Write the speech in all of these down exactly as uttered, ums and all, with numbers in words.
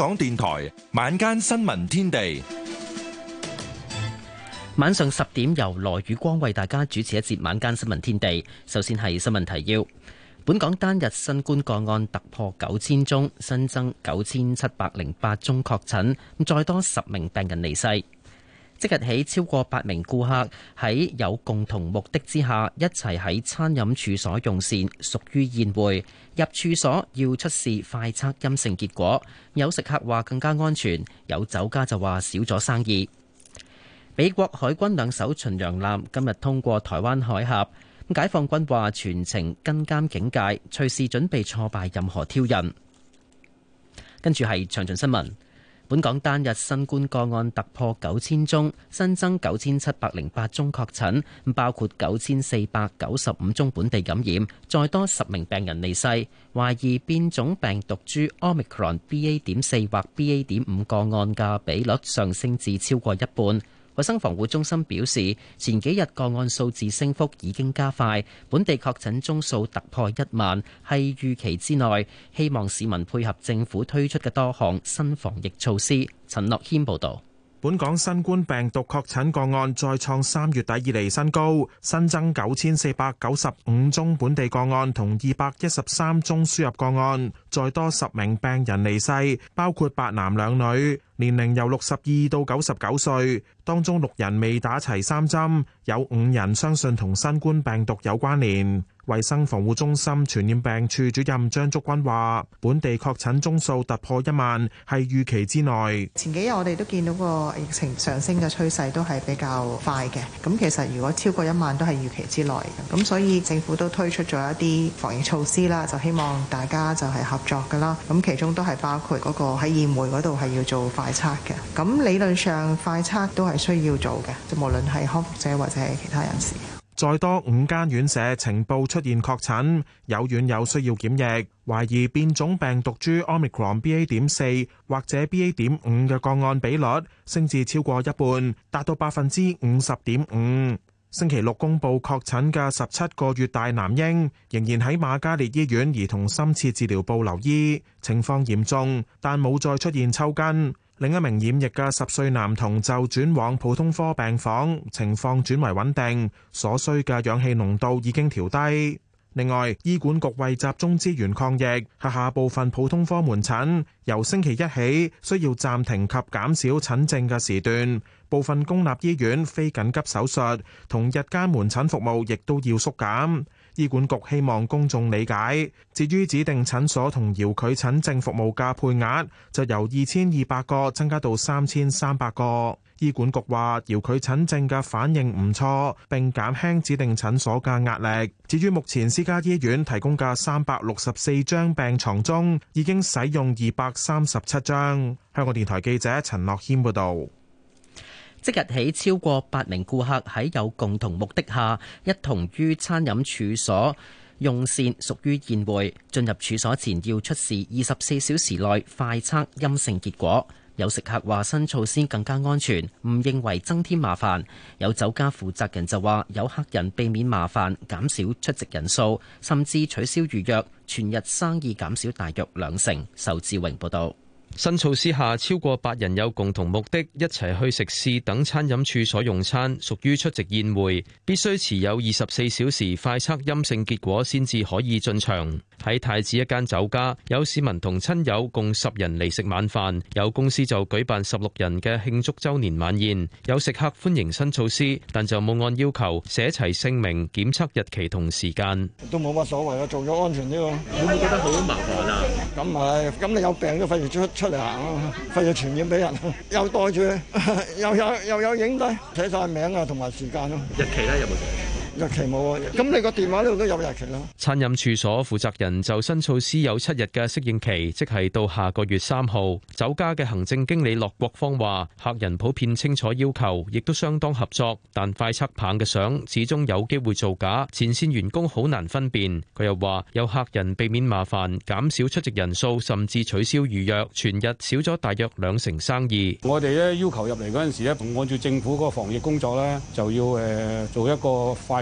港電台晚間新聞天地， 晚上十點由羅宇光為大家主持一節晚間新聞天地。首先係新聞提要：本港單日新冠個案突破九千宗，新增九千七百零八宗確診，再多十名病人離世。即日起，超過八名顧客喺有共同目的之下一齊喺餐飲處所用膳，屬於宴會。入處所要出示快測陰性結果。有食客話更加安全，有酒家就話少咗生意。美國海軍兩艘巡洋艦今日通過台灣海峽，解放軍話全程跟監警戒，隨時準備挫敗任何挑釁。跟住係詳盡新聞。本港單日新冠個案突破九千宗，新增九千七百零八宗確診，包括九千四百九十五宗本地感染，再多十名病人離世。懷疑變種病毒株 Omicron B A 點四或 B A 點五個案嘅比率上升至超過一半。衛生防護中心表示，前幾日個案數字升幅已經加快，本地確診宗數突破一萬，係預期之內。希望市民配合政府推出嘅多項新防疫措施。陳樂軒報導。 本港新冠病毒確診個案再創三月底以嚟新高，新增九千四百九十五宗本地個案同二百一十三宗輸入個案，再多十名病人離世，包括八男兩女，年齡由六十二到九十九歲，當中六人未打齊三針，有五人相信同新冠病毒有關聯。衛生防護中心傳染病處主任張竹君話，本地確診宗數突破一萬係預期之內。 前幾日我哋都見到個疫情上升嘅趨勢都係比較快嘅，咁其實如果超過一萬都係預期之內嘅，咁所以政府都推出咗一啲防疫措施啦，就希望大家就係合作噶啦，咁其中都係包括嗰個喺宴會嗰度係要做快測嘅，咁理論上快測都係需要做嘅，就無論係康復者或者係其他人士。 再多五間院舍呈報出現確診，有院友需要檢疫，懷疑變種病毒株 Omicron B A 點四或者 B A 點五嘅個案比率升至超過一半，達到百分之五十點五。星期六公佈確診嘅十七個月大男嬰，仍然喺瑪嘉烈醫院兒童深切治療部留醫，情況嚴重，但冇再出現抽筋。另一名染疫嘅十歲男童就轉往普通科病房，情況轉為穩定，所需嘅氧氣濃度已經調低。另外，醫管局為集中資源抗疫，轄下部分普通科門診由星期一起需要暫停及減少診症嘅時段，部分公立醫院非緊急手術同日間門診服務亦都要縮減。醫管局希望公眾理解。至於指定診所同遙距診症服務嘅配額，就由二千二百個增加到三千三百個。醫管局話，遙距診症嘅反應唔錯，並減輕指定診所嘅壓力。至於目前私家醫院提供嘅三百六十四張病床中，已經使用二百三十七張。香港電台記者陳樂軒報導。 即日起，超過八名顧客喺有共同目的下，一同於餐飲處所用膳，屬於宴會。進入處所前要出示二十四小時內快測陰性結果。有食客話新措施更加安全，唔認為增添麻煩。有酒家負責人就話，有客人避免麻煩，減少出席人數，甚至取消預約，全日生意減少大約兩成。仇志榮報導。 新措施下，超過八人有共同目的一齊去食肆等餐飲處所用餐，屬於出席宴會，必須持有二十四小時快測陰性結果先至可以進場。喺太子一間酒家，有市民同親友共十人嚟食晚飯，有公司就舉辦十六人嘅慶祝週年晚宴。有食客歡迎新措施，但就冇按要求寫齊姓名、檢測日期同時間。 都冇乜所謂啊，做咗安全啲喎。 會唔會覺得好麻煩啊？ 咁唔係，咁你有病都費事出出嚟行啊，費事傳染俾人。又袋住，又有又有影低，寫晒名啊同埋時間咯。 日期咧有冇寫？ 日期冇啊，咁你個電話呢度都有日期啦。 餐飲處所負責人就新措施有七日嘅適應期，即係到下個月三號。酒家嘅行政經理駱國芳話，客人普遍清楚要求，亦都相當合作，但快測棒嘅相始終有機會造假，前線員工好難分辨。佢又話，有客人避免麻煩，減少出席人數，甚至取消預約，全日少咗大約兩成生意。 我哋咧要求入嚟嗰陣時咧，按照政府嗰個防疫工作咧，就要誒做一個快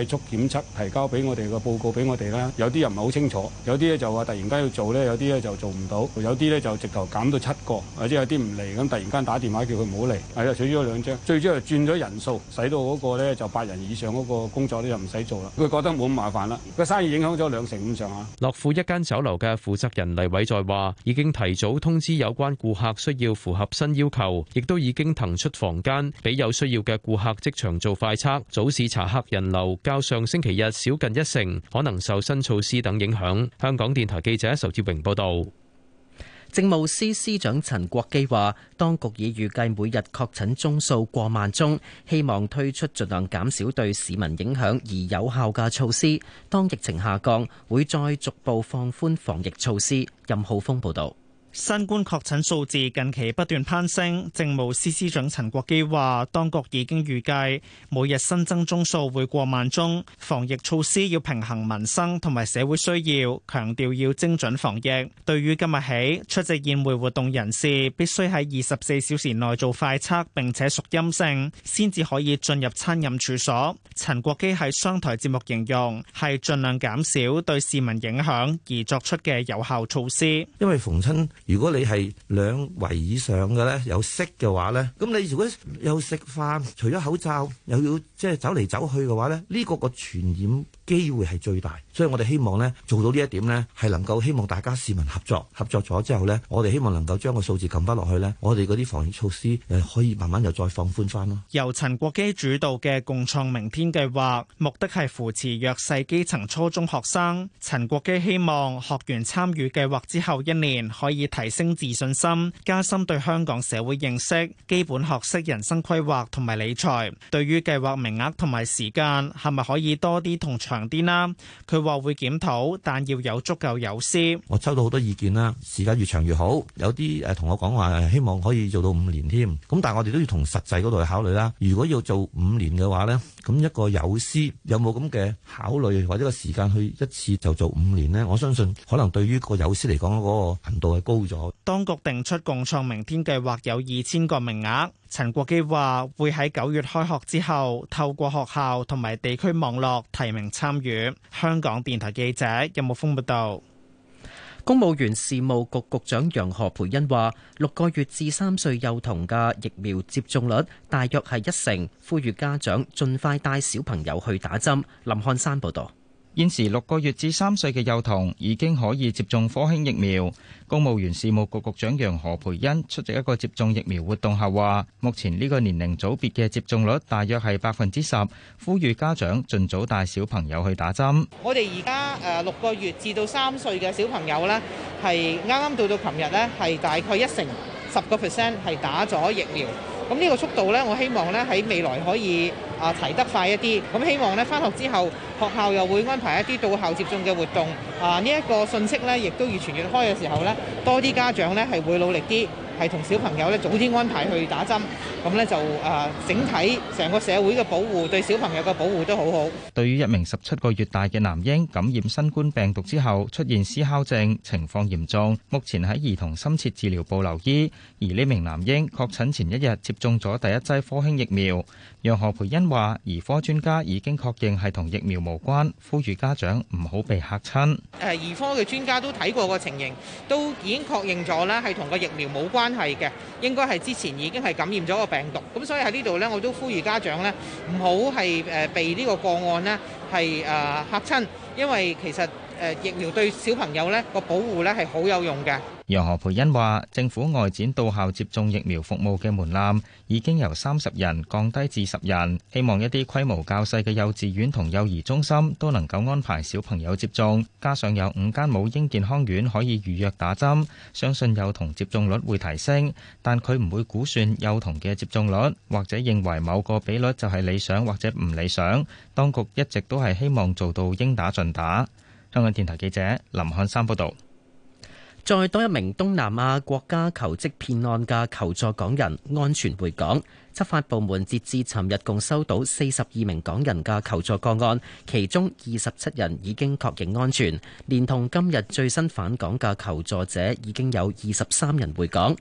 快速檢測提交俾我哋個報告俾我哋啦。有啲人唔係好清楚，有啲咧就話突然間要做咧，有啲咧就做唔到，有啲咧就直頭減到七個，或者有啲唔嚟咁，突然間打電話叫佢唔好嚟，係啊，取咗兩張，最主要係轉咗人數，使到嗰個咧就八人以上嗰個工作咧就唔使做啦。佢覺得冇咁麻煩啦，個生意影響咗兩成五上下。 樂富一間酒樓嘅負責人黎偉在話，已經提早通知有關顧客需要符合新要求，亦都已經騰出房間俾有需要嘅顧客即場做快測。早市茶客人流較上星期日少近一成，可能受新措施等影響。香港電台記者仇志榮報道。 政務司司長陳國基話，當局已預計每日確診宗數過萬宗，希望推出盡量減少對市民影響而有效嘅措施。當疫情下降，會再逐步放寬防疫措施。任浩峰報導。 新冠確診數字近期不斷攀升，政務司司長陳國基話，當局已經預計每日新增宗數會過萬宗，防疫措施要平衡民生同埋社會需要，強調要精準防疫。對於今日起出席宴會活動人士必須喺二十四小時內做快測並且屬陰性，先至可以進入餐飲處所。陳國基喺商台節目形容係盡量減少對市民影響而作出嘅有效措施。 因為逢親如果你係兩圍以上嘅咧，有息嘅話咧，咁你如果有食飯，除咗口罩，又要即係走嚟走去嘅話咧，呢個個傳染機會係最大。所以我哋希望咧做到呢一點咧，係能夠希望大家市民合作，合作咗之後咧，我哋希望能夠將個數字撳翻落去咧，我哋嗰啲防疫措施誒可以慢慢又再放寬翻咯。 由陳國基主導嘅共創明天計劃，目的係扶持弱勢基層初中學生。陳國基希望學員參與計劃之後一年可以提升自信心，加深對香港社會認識，基本學識人生規劃同埋理財。對於計劃名額同埋時間係咪可以多啲同長啲啦？佢話會檢討，但要有足夠有司。 我收到好多意見啦，時間越長越好。有啲誒同我講話希望可以做到五年添。咁但係我哋都要同實際嗰度去考慮啦。如果要做五年嘅話呢，咁一個有司有冇咁嘅考慮或者個時間去一次就做五年呢？我相信可能對於個有司嚟講嗰個頻度係高咗。 當局定出共創明天計劃有二千個名額。陳國基話會喺九月開學之後，透過學校同埋地區網絡提名參與。香港電台記者任木峰報道。 公務員事務局局長楊何蓓茵話，六個月至三歲幼童嘅疫苗接種率大約係一成，呼籲家長盡快帶小朋友去打針。林漢山報道。 現時六個月至三歲嘅幼童已經可以接種科興疫苗。公務員事務局局長楊何蓓茵出席一個接種疫苗活動後話，目前呢個年齡組別嘅接種率大約係百分之十，呼籲家長盡早帶小朋友去打針。 我哋而家誒六個月至到三歲嘅小朋友呢，係啱啱到到琴日呢，係大概一成十個 percent 係打咗疫苗。咁呢個速度呢，我希望呢喺未來可以啊提得快一啲。咁希望呢返學之後，學校又會安排一啲到校接種嘅活動。啊，呢一個信息呢，亦都越傳越開嘅時候呢，多啲家長呢係會努力啲，係同小朋友呢早啲安排去打針。咁呢就啊，整體成個社會嘅保護對小朋友嘅保護都好好。 對於一名十七個月大嘅男嬰感染新冠病毒之後出現思考症，情況嚴重，目前喺兒童深切治療部留醫。而呢名男嬰確診前一日接種咗第一劑科興疫苗。楊何蓓茵話：兒科專家已經確認係同疫苗無關，呼籲家長唔好被嚇親。 誒，兒科嘅專家都睇過個情形，都已經確認咗啦，係同個疫苗冇關係嘅，應該係之前已經係感染咗個病毒。咁所以喺呢度呢，我都呼籲家長呢唔好係誒被呢個個案呢係誒嚇親，因為其實誒疫苗對小朋友呢個保護呢係好有用嘅。 楊何蓓茵話：政府外展到校接種疫苗服務嘅門檻已經由三十人降低至十人，希望一啲規模較細嘅幼稚園同幼兒中心都能夠安排小朋友接種。加上有五間母嬰健康院可以預約打針，相信幼童接種率會提升。但佢唔會估算幼童嘅接種率，或者認為某個比率就係理想或者唔理想。當局一直都係希望做到應打盡打。香港電台記者林漢山報道。 再多一名東南亞國家求職騙案嘅求助港人安全回港，執法部門截至尋日共收到四十二名港人嘅求助個案，其中二十七人已經確認安全，連同今日最新返港嘅求助者，已經有二十三人回港。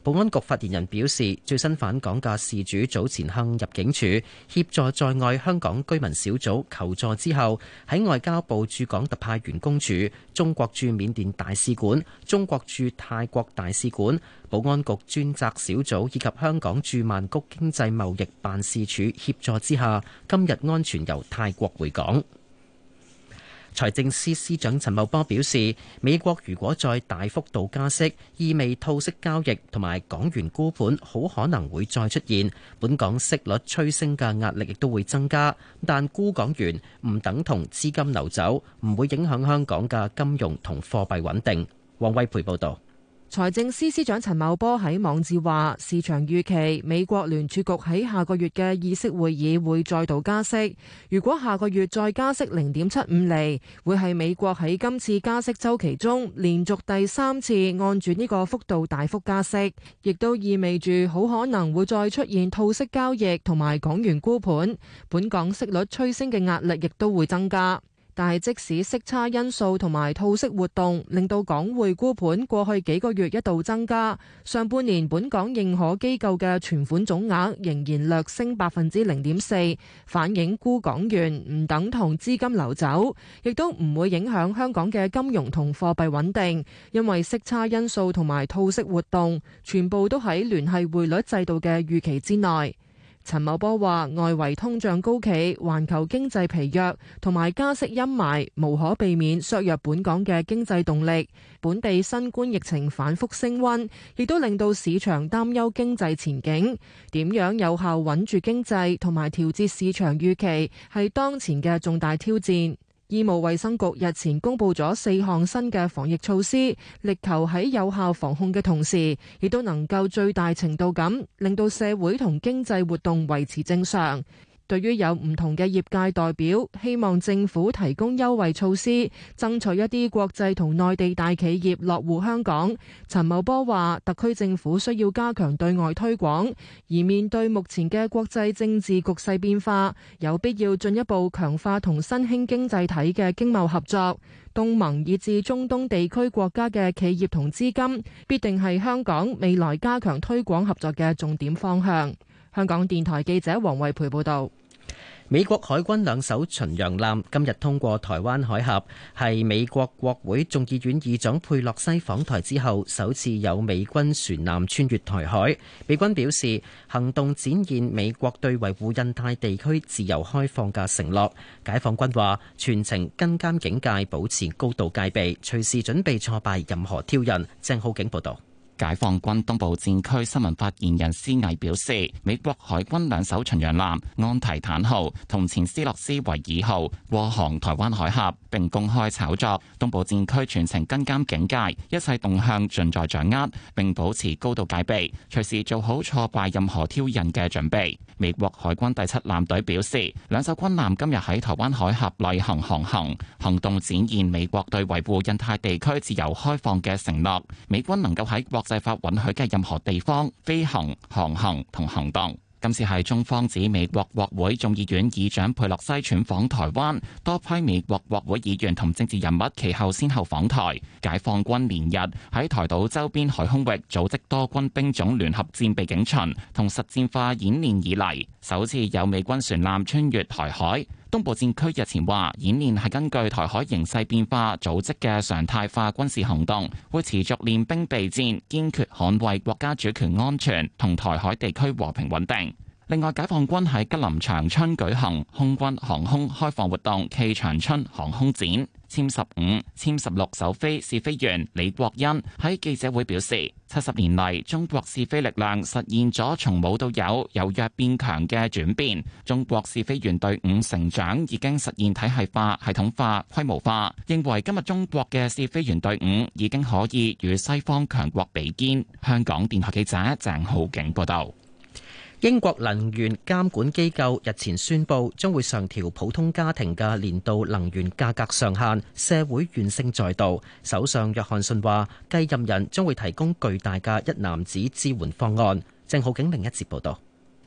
保安局發言人表示，最新返港嘅事主早前向入境處協助在外香港居民小組求助之後，喺外交部駐港特派員公署、中國駐緬甸大使館、中國駐泰國大使館、保安局專責小組以及香港駐曼谷經濟貿易辦事處協助之下，今日安全由泰國回港。財政司司長陳茂波表示，美國如果再大幅度加息，意味套息交易同埋港元沽盤好可能會再出現，本港息率趨升嘅壓力亦都會增加。但沽港元唔等同資金流走，唔會影響香港嘅金融同貨幣穩定。黃惠培報導。 財政司司長陳茂波喺網誌話，市場預期美國聯儲局喺下個月嘅議息會議會再度加息。如果下個月再加息零點七五厘，會係美國喺今次加息週期中連續第三次按住呢個幅度大幅加息，亦都意味住好可能會再出現套息交易同埋港元沽盤，本港息率趨升嘅壓力亦都會增加。但係，即使息差因素同埋套息活動令到港匯沽盤過去幾個月一度增加，上半年本港認可機構嘅存款總額仍然略升百分之零點四，反映沽港元唔等同資金流走，亦都唔會影響香港嘅金融同貨幣穩定，因為息差因素同埋套息活動全部都喺聯繫匯率制度嘅預期之內。陳茂波話：外圍通脹高企、環球經濟疲弱同埋加息陰霾，無可避免削弱本港嘅經濟動力。本地新冠疫情反覆升溫，亦都令到市場擔憂經濟前景。點樣有效穩住經濟同埋調節市場預期，係當前嘅重大挑戰。醫務衛生局日前公布咗四項新嘅防疫措施，力求喺有效防控嘅同時，亦都能夠最大程度咁令到社會同經濟活動維持正常。對於有唔同嘅業界代表希望政府提供優惠措施，爭取一啲國際同內地大企業落戶香港，陳茂波話特區政府需要加強對外推廣，而面對目前嘅國際政治局勢變化，有必要進一步強化同新興經濟體嘅經貿合作。東盟以至中東地區國家嘅企業同資金必定係香港未來加強推廣合作嘅重點方向。香港電台記者黃惠培報道。 美國海軍兩艘巡洋艦今日通過台灣海峽，係美國國會眾議院議長佩洛西訪台之後首次有美軍船艦穿越台海。美軍表示，行動展現美國對維護印太地區自由開放嘅承諾。解放軍話，全程跟監警戒，保持高度戒備，隨時準備挫敗任何挑釁。鄭浩景報道。 解放軍東部戰區新聞發言人施毅表示，美國海軍兩艘巡洋艦安提坦號同前斯洛斯維爾號過航台灣海峽，並公開炒作。東部戰區全程跟監警戒，一切動向盡在掌握，並保持高度戒備，隨時做好挫敗任何挑釁嘅準備。美國海軍第七艦隊表示，兩艘軍艦今日喺台灣海峽例行航行，行動展現美國對維護印太地區自由開放嘅承諾。美軍能夠喺國國際法允許嘅任何地方飛行、航行同行動。今次係中方指美國國會眾議院議長佩洛西竄訪台灣，多批美國國會議員同政治人物其後先後訪台。解放軍連日喺台島周邊海空域組織多軍兵種聯合戰備警巡同實戰化演練以嚟，首次有美軍船艦穿越台海。東部戰區日前話，演練係根據台海形勢變化組織嘅常態化軍事行動，會持續練兵備戰，堅決捍衛國家主權安全同台海地區和平穩定。另外，解放軍喺吉林長春舉行空軍航空開放活動暨長春航空展，殲十五、殲十六首飛試飛員李國恩喺記者會表示，七十年嚟，中國試飛力量實現咗從冇到有、由弱變強嘅轉變。中國試飛員隊伍成長已經實現體系化、系統化、規模化。認為今日中國嘅試飛員隊伍已經可以與西方強國比肩。香港電台記者鄭浩景報道。 英國能源監管機構日前宣布，將會上調普通家庭嘅年度能源價格上限，社會怨聲載道。首相約翰遜話，繼任人將會提供巨大嘅一攬子支援方案。鄭浩景另一節報道。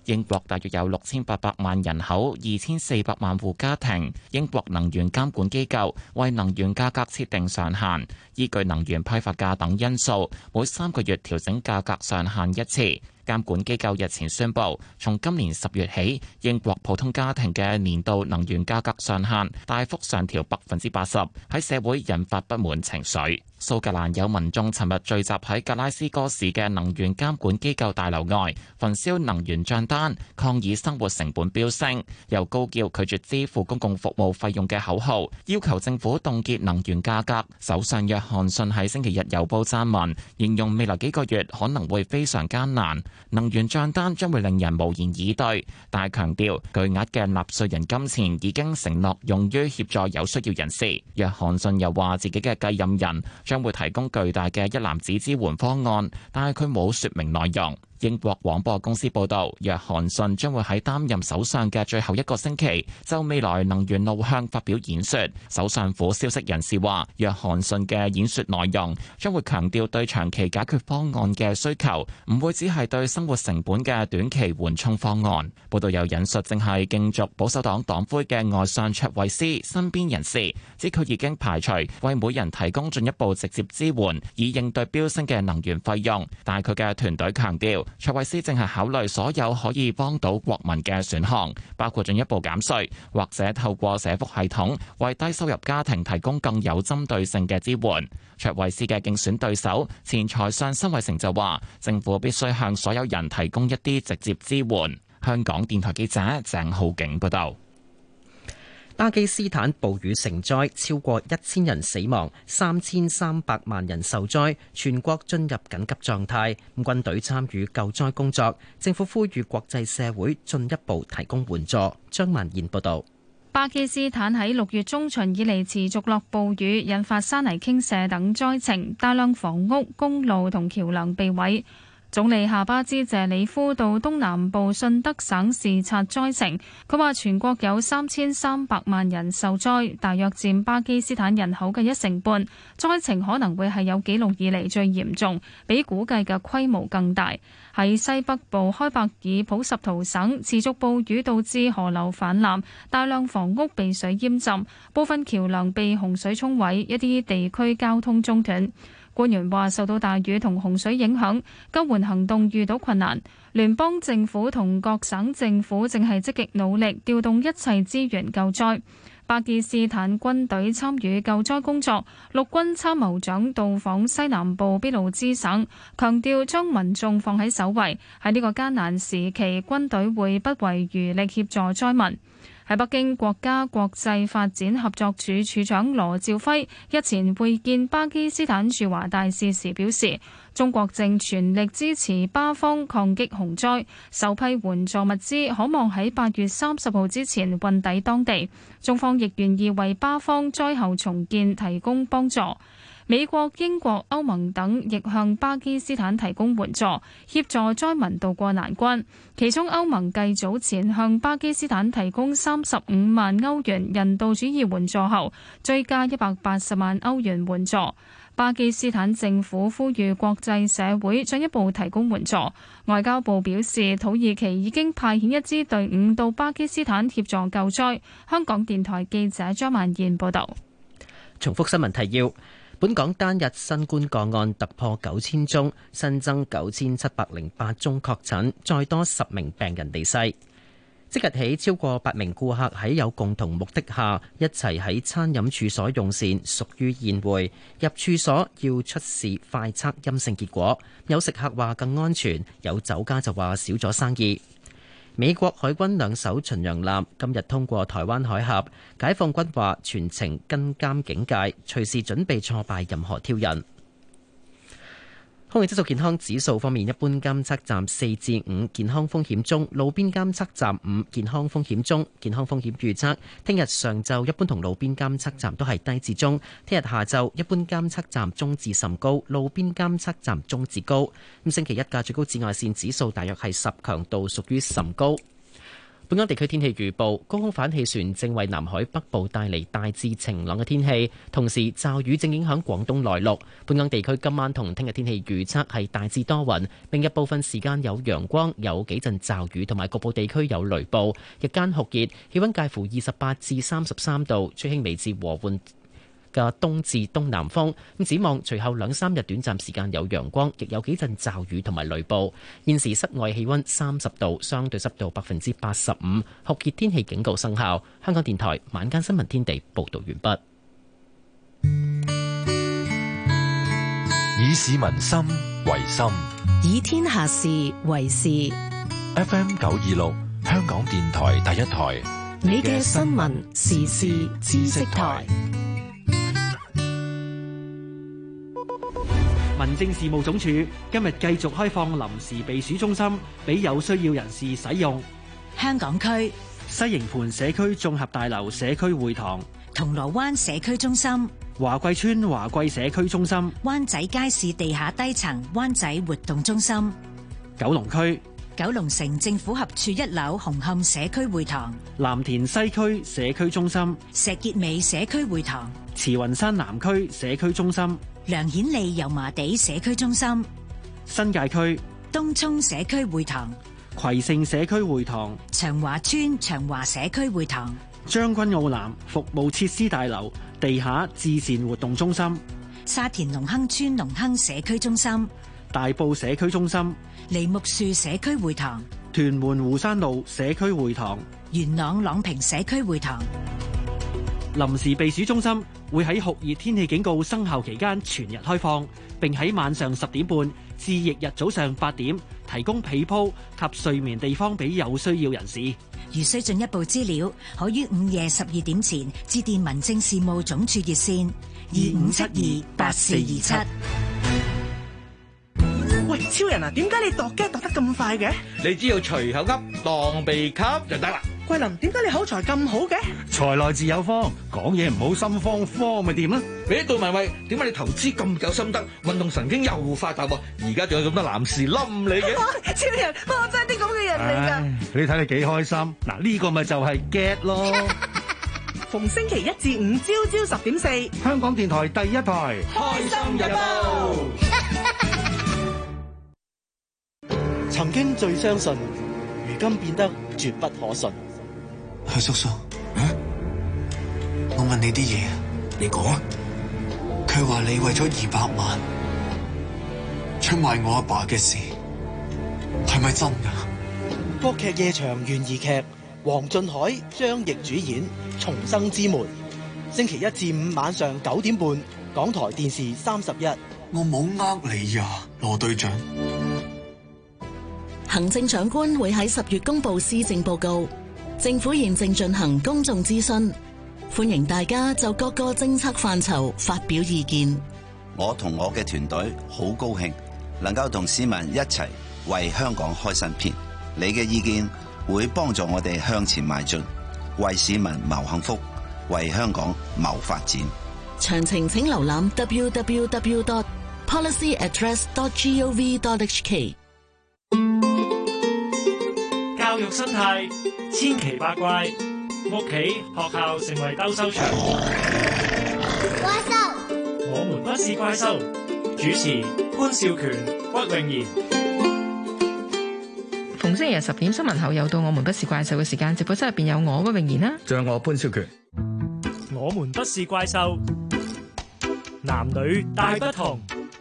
英國大約有六千八百萬人口，二千四百萬戶家庭。英國能源監管機構為能源價格設定上限，依據能源批發價等因素，每三個月調整價格上限一次。監管機構日前宣布，從今年十月起，英國普通家庭嘅年度能源價格上限大幅上調百分之八十，喺社會引發不滿情緒。蘇格蘭有民眾尋日聚集喺格拉斯哥市嘅能源監管機構大樓外，焚燒能源帳單，抗議生活成本飆升，又高叫拒絕支付公共服務費用嘅口號，要求政府凍結能源價格。首相約翰遜喺星期日郵報撰文，形容未來幾個月可能會非常艱難，能源帳單將會令人無言以對，但係強調巨額嘅納稅人金錢已經承諾用於協助有需要人士。約翰遜又話自己嘅繼任人將會提供巨大嘅一籃子支援方案，但係佢冇說明內容。英國廣播公司報道，約翰遜將會喺擔任首相嘅最後一個星期就未來能源路向發表演說。首相府消息人士話，約翰遜嘅演說內容將會強調對長期解決方案嘅需求，唔會只係對生活成本嘅短期緩衝方案。報道又引述正係競逐保守黨黨魁嘅外相卓慧思身邊人士，指佢已經排除為每人提供進一步直接支援，以應對飆升嘅能源費用。但係佢嘅團隊強調，卓慧思正係考慮所有可以幫到國民嘅選項，包括進一步減稅，或者透過社福系統為低收入家庭提供更有針對性嘅支援。卓慧思嘅競選對手前財相辛偉誠就話，政府必須向所有人提供一啲直接支援。香港電台記者鄭浩景報道。巴基斯坦暴雨成災，超過一千人死亡，三千三百萬人受災，全國進入緊急狀態。軍隊參與救災工作，政府呼籲國際社會進一步提供援助。張曼燕報道。 巴基斯坦喺六月中旬以嚟持續落暴雨，引發山泥傾瀉等災情，大量房屋、公路同橋樑被毀。總理夏巴茲謝里夫到東南部順德省視察災情，佢話全國有三千三百萬人受災，大約佔巴基斯坦人口嘅一成半，災情可能會係有紀錄以嚟最嚴重，比估計嘅規模更大。喺西北部開伯爾普什圖省，持續暴雨導致河流泛濫，大量房屋被水淹浸，部分橋樑被洪水沖毀，一啲地區交通中斷。官員話受到大雨同洪水影響，救援行動遇到困難。聯邦政府同各省政府正係積極努力調動一切資源救災。巴基斯坦軍隊參與救災工作，陸軍參謀長到訪西南部俾路支省，強調將民眾放喺首位。喺呢個艱難時期，軍隊會不遺餘力協助災民。喺北京，國家國際發展合作署署長羅兆輝日前會見巴基斯坦駐華大使時表示，中國正全力支持巴方抗擊洪災，首批援助物資可望喺八月三十號之前運抵當地，中方亦願意為巴方災後重建提供幫助。美國、英國、歐盟等亦向巴基斯坦提供援助，協助災民渡過難關。其中歐盟繼早前向巴基斯坦提供三十五萬歐元人道主義援助後，追加一百八十萬歐元援助。巴基斯坦政府呼籲國際社會進一步提供援助。外交部表示，土耳其已經派遣一支隊伍到巴基斯坦協助救災。香港電台記者張曼燕報導。 重複新聞提要。本港單日新冠個案突破九千宗，新增九千七百零八宗確診，再多十名病人離世。即日起，超過八名顧客喺有共同目的下一齊喺餐飲處所用膳，屬於宴會。入處所要出示快測陰性結果。有食客話更安全，有酒家就話少咗生意。美國海軍兩艘巡洋艦今日通過台灣海峽，解放軍話全程跟監警戒，隨時準備挫敗任何挑釁。空氣質素健康指數方面，一般監測站四至五，健康風險中；路邊監測站五，健康風險中。健康風險預測：聽日上晝一般同路邊監測站都係低至中；聽日下晝一般監測站中至甚高，路邊監測站中至高。咁星期一嘅最高紫外線指數大約係十，強度屬於甚高。 本港地區天氣預報，高空反氣旋正為南海北部帶嚟大致晴朗嘅天氣，同時驟雨正影響廣東內陸。本港地區今晚同聽日天氣預測係大致多雲，明日部分時間有陽光，有幾陣驟雨，同埋局部地區有雷暴。日間酷熱，氣溫介乎二十八至三十三度，吹輕微至和緩嘅東至東南風。咁展望隨後兩三日短暫時間有陽光，亦有幾陣驟雨同埋雷暴。現時室外氣溫三十度，相對濕度百分之八十五，酷熱天氣警告生效。香港電台晚間新聞天地報道完畢。 以市民心為心， 以天下事為事。 F M 九二六，香港電台第一台， 你嘅新聞時事知識台。 民政事務總署今日繼續開放臨時避暑中心俾有需要人士使用。 香港區西營盤社區綜合大樓社區會堂、 銅鑼灣社區中心、 華貴村華貴社區中心、 灣仔街市地下低層灣仔活動中心、 九龍區九龍城政府合署一樓紅磡社區會堂、 藍田西區社區中心、 石硤尾社區會堂、 慈雲山南區社區中心、 梁顯利油麻地社區中心、 新界區東涌社區會堂、 葵盛社區會堂、 長華村長華社區會堂、 將軍澳南服務設施大樓地下至善活動中心、 沙田隆亨村隆亨社區中心、 大埔社區中心、 梨木樹社區會堂、 屯門湖山路社區會堂、 元朗朗屏社區會堂。 臨時避暑中心會喺酷熱天氣警告生效期間全日開放，並喺晚上十點半至翌日早上八點提供被鋪及睡眠地方俾有需要人士。 如需進一步資料，可於午夜十二點前致電民政事務總署熱線二五七二八四二七。 喂，超人啊，點解你度機度得咁快嘅？ 你只要隨口噏當秘笈就得啦。 桂林，點解你口才咁好嘅？ 財來自有方，講嘢唔好心慌慌咪掂啦。 俾杜文慧，點解你投資咁有心得，運動神經又發達喎？而家仲有咁多男士冧你嘅？ 超人，我真係啲咁嘅人嚟㗎。 你睇你幾開心，嗱呢個咪就係 get 咯。 逢星期一至五朝朝十點四， 香港電台第一台， 開心日報。 曾經最相信，如今變得絕不可信。 許叔叔，啊？我問你啲嘢，你講啊。佢話你為咗二百萬出賣我阿爸嘅事，係咪真㗎？ 國劇夜場懸疑劇，黃俊凱、張譯主演《重生之門》，星期一至五晚上九點半，港台電視三十一。 我冇呃你呀，羅隊長。 行政長官會喺十月公布施政報告，政府現正進行公眾諮詢，歡迎大家就各個政策範疇發表意見。 我同我嘅團隊好高興，能夠同市民一齊為香港開新篇。你嘅意見會幫助我哋向前邁進，為市民謀幸福，為香港謀發展。 詳情請瀏覽 w w w dot policy address dot gov dot h k。 教育生態千奇百怪，屋企學校成為鬥獸場。 怪獸， 我們不是怪獸。主持潘少權、屈穎妍。 逢星期日十點新聞後，又到我們不是怪獸嘅時間。直播室入邊有我屈穎妍啦， 仲有我潘少權。 我們不是怪獸，男女大不同。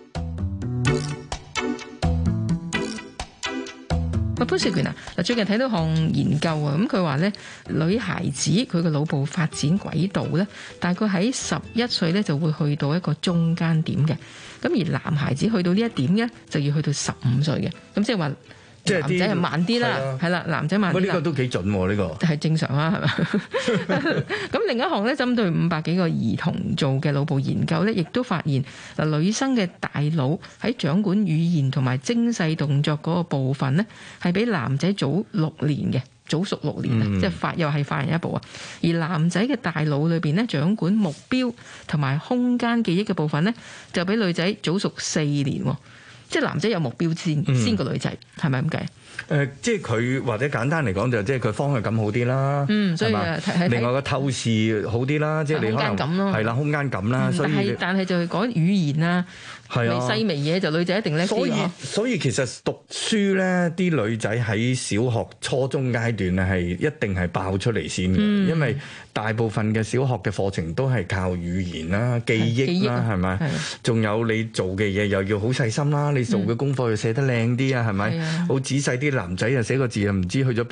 喂，潘少權啊，嗱，最近睇到項研究啊，咁佢話咧，女孩子佢個腦部發展軌道咧，大概喺十一歲咧就會去到一個中間點嘅，咁而男孩子去到呢一點咧，就要去到十五歲嘅，咁即係話。即係男仔係慢啲啦，係啦，男仔慢啲啦。 呢個都幾準喎，呢個係正常啊，係咪？咁另一項咧，針對五百幾個兒童做嘅腦部研究咧，亦都發現嗱，女生嘅大腦喺掌管語言同埋精細動作嗰個部分咧，係比男仔早六年嘅，早熟六年啊，嗯、即係快又係快人一步啊。而男仔嘅大腦裏邊咧，掌管目標同埋空間記憶嘅部分咧，就比女仔早熟四年喎。即係男仔有目標先，先個女仔係咪咁計？ 誒，即係佢或者簡單嚟講就即係佢方向感好啲啦， 嗯，所以誒，另外個透視好啲啦，即係你可能係啦，空間感啦，所以但係但係就係講語言啊。係啊，細微嘢就女仔一定叻啲。 所以所以其實讀書咧，啲女仔喺小學、初中階段咧係一定係爆出嚟先嘅，嗯、因為大部分嘅小學嘅課程都係靠語言啦、記憶啦，係咪？仲有你做嘅嘢又要好細心啦，你做嘅功課又寫得靚啲啊，係咪？好仔細啲，男仔又寫個字又唔知去咗邊。